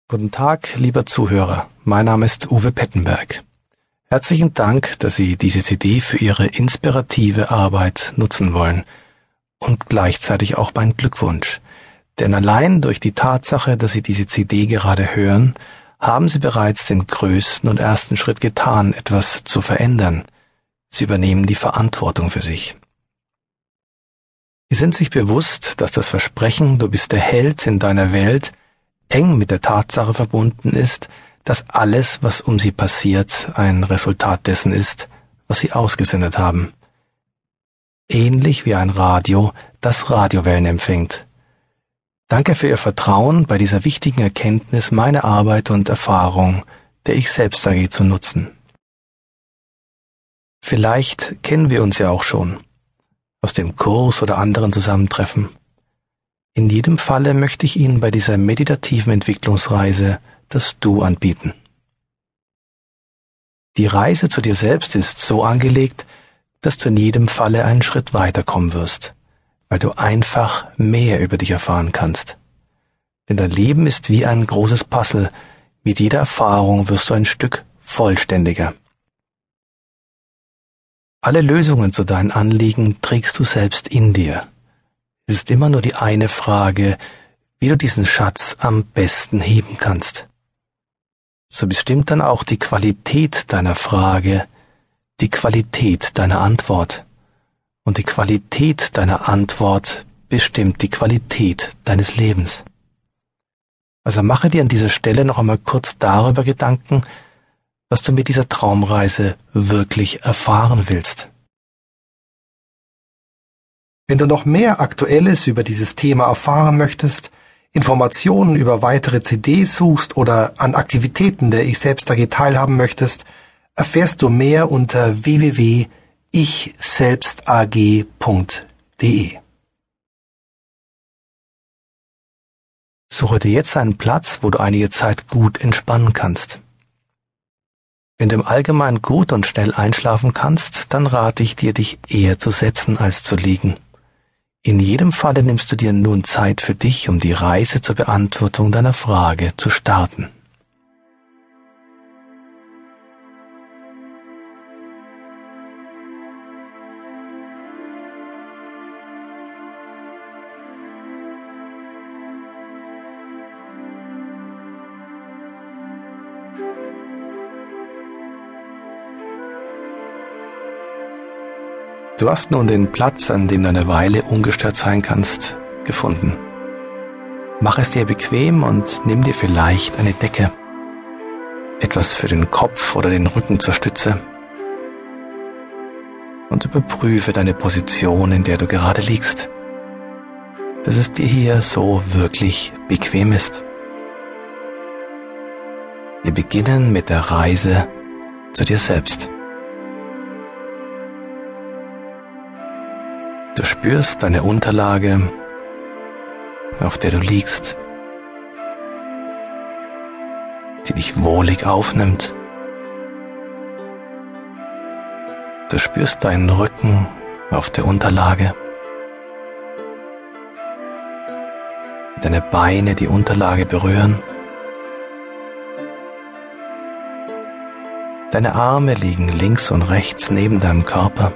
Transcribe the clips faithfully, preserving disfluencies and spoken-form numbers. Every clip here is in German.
Guten Tag, lieber Zuhörer. Mein Name ist Uwe Pettenberg. Herzlichen Dank, dass Sie diese C D für Ihre inspirative Arbeit nutzen wollen. Und gleichzeitig auch mein Glückwunsch. Denn allein durch die Tatsache, dass Sie diese C D gerade hören, haben Sie bereits den größten und ersten Schritt getan, etwas zu verändern. Sie übernehmen die Verantwortung für sich. Sie sind sich bewusst, dass das Versprechen, du bist der Held in deiner Welt, eng mit der Tatsache verbunden ist, dass alles, was um sie passiert, ein Resultat dessen ist, was sie ausgesendet haben. Ähnlich wie ein Radio, das Radiowellen empfängt. Danke für Ihr Vertrauen, bei dieser wichtigen Erkenntnis meine Arbeit und Erfahrung der Ich Selbst A G zu nutzen. Vielleicht kennen wir uns ja auch schon, aus dem Kurs oder anderen Zusammentreffen. In jedem Falle möchte ich Ihnen bei dieser meditativen Entwicklungsreise das Du anbieten. Die Reise zu dir selbst ist so angelegt, dass du in jedem Falle einen Schritt weiterkommen wirst, weil du einfach mehr über dich erfahren kannst. Denn dein Leben ist wie ein großes Puzzle, mit jeder Erfahrung wirst du ein Stück vollständiger. Alle Lösungen zu deinen Anliegen trägst du selbst in dir. Es ist immer nur die eine Frage, wie du diesen Schatz am besten heben kannst. So bestimmt dann auch die Qualität deiner Frage, die Qualität deiner Antwort. Und die Qualität deiner Antwort bestimmt die Qualität deines Lebens. Also mache dir an dieser Stelle noch einmal kurz darüber Gedanken, was du mit dieser Traumreise wirklich erfahren willst. Wenn du noch mehr Aktuelles über dieses Thema erfahren möchtest, Informationen über weitere C Ds suchst oder an Aktivitäten der Ich Selbst A G teilhaben möchtest, erfährst du mehr unter w w w punkt ich selbst a g punkt d e. Suche dir jetzt einen Platz, wo du einige Zeit gut entspannen kannst. Wenn du im Allgemeinen gut und schnell einschlafen kannst, dann rate ich dir, dich eher zu setzen als zu liegen. In jedem Falle nimmst du dir nun Zeit für dich, um die Reise zur Beantwortung deiner Frage zu starten. Du hast nun den Platz, an dem du eine Weile ungestört sein kannst, gefunden. Mach es dir bequem und nimm dir vielleicht eine Decke, etwas für den Kopf oder den Rücken zur Stütze und überprüfe deine Position, in der du gerade liegst, dass es dir hier so wirklich bequem ist. Wir beginnen mit der Reise zu dir selbst. Du spürst deine Unterlage, auf der du liegst, die dich wohlig aufnimmt. Du spürst deinen Rücken auf der Unterlage, deine Beine die Unterlage berühren. Deine Arme liegen links und rechts neben deinem Körper.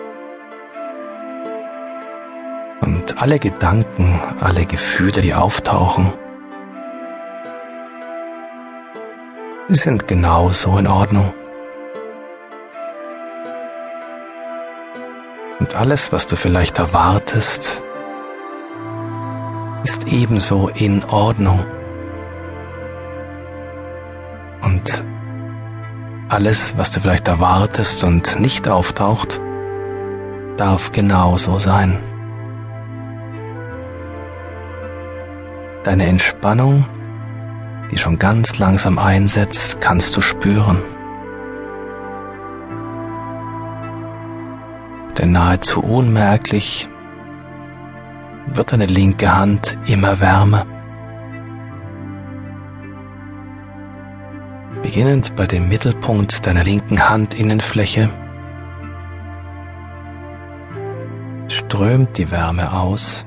Und alle Gedanken, alle Gefühle, die auftauchen, die sind genauso in Ordnung. Und alles, was du vielleicht erwartest, ist ebenso in Ordnung. Und alles, was du vielleicht erwartest und nicht auftaucht, darf genauso sein. Deine Entspannung, die schon ganz langsam einsetzt, kannst du spüren. Denn nahezu unmerklich wird deine linke Hand immer wärmer. Beginnend bei dem Mittelpunkt deiner linken Handinnenfläche strömt die Wärme aus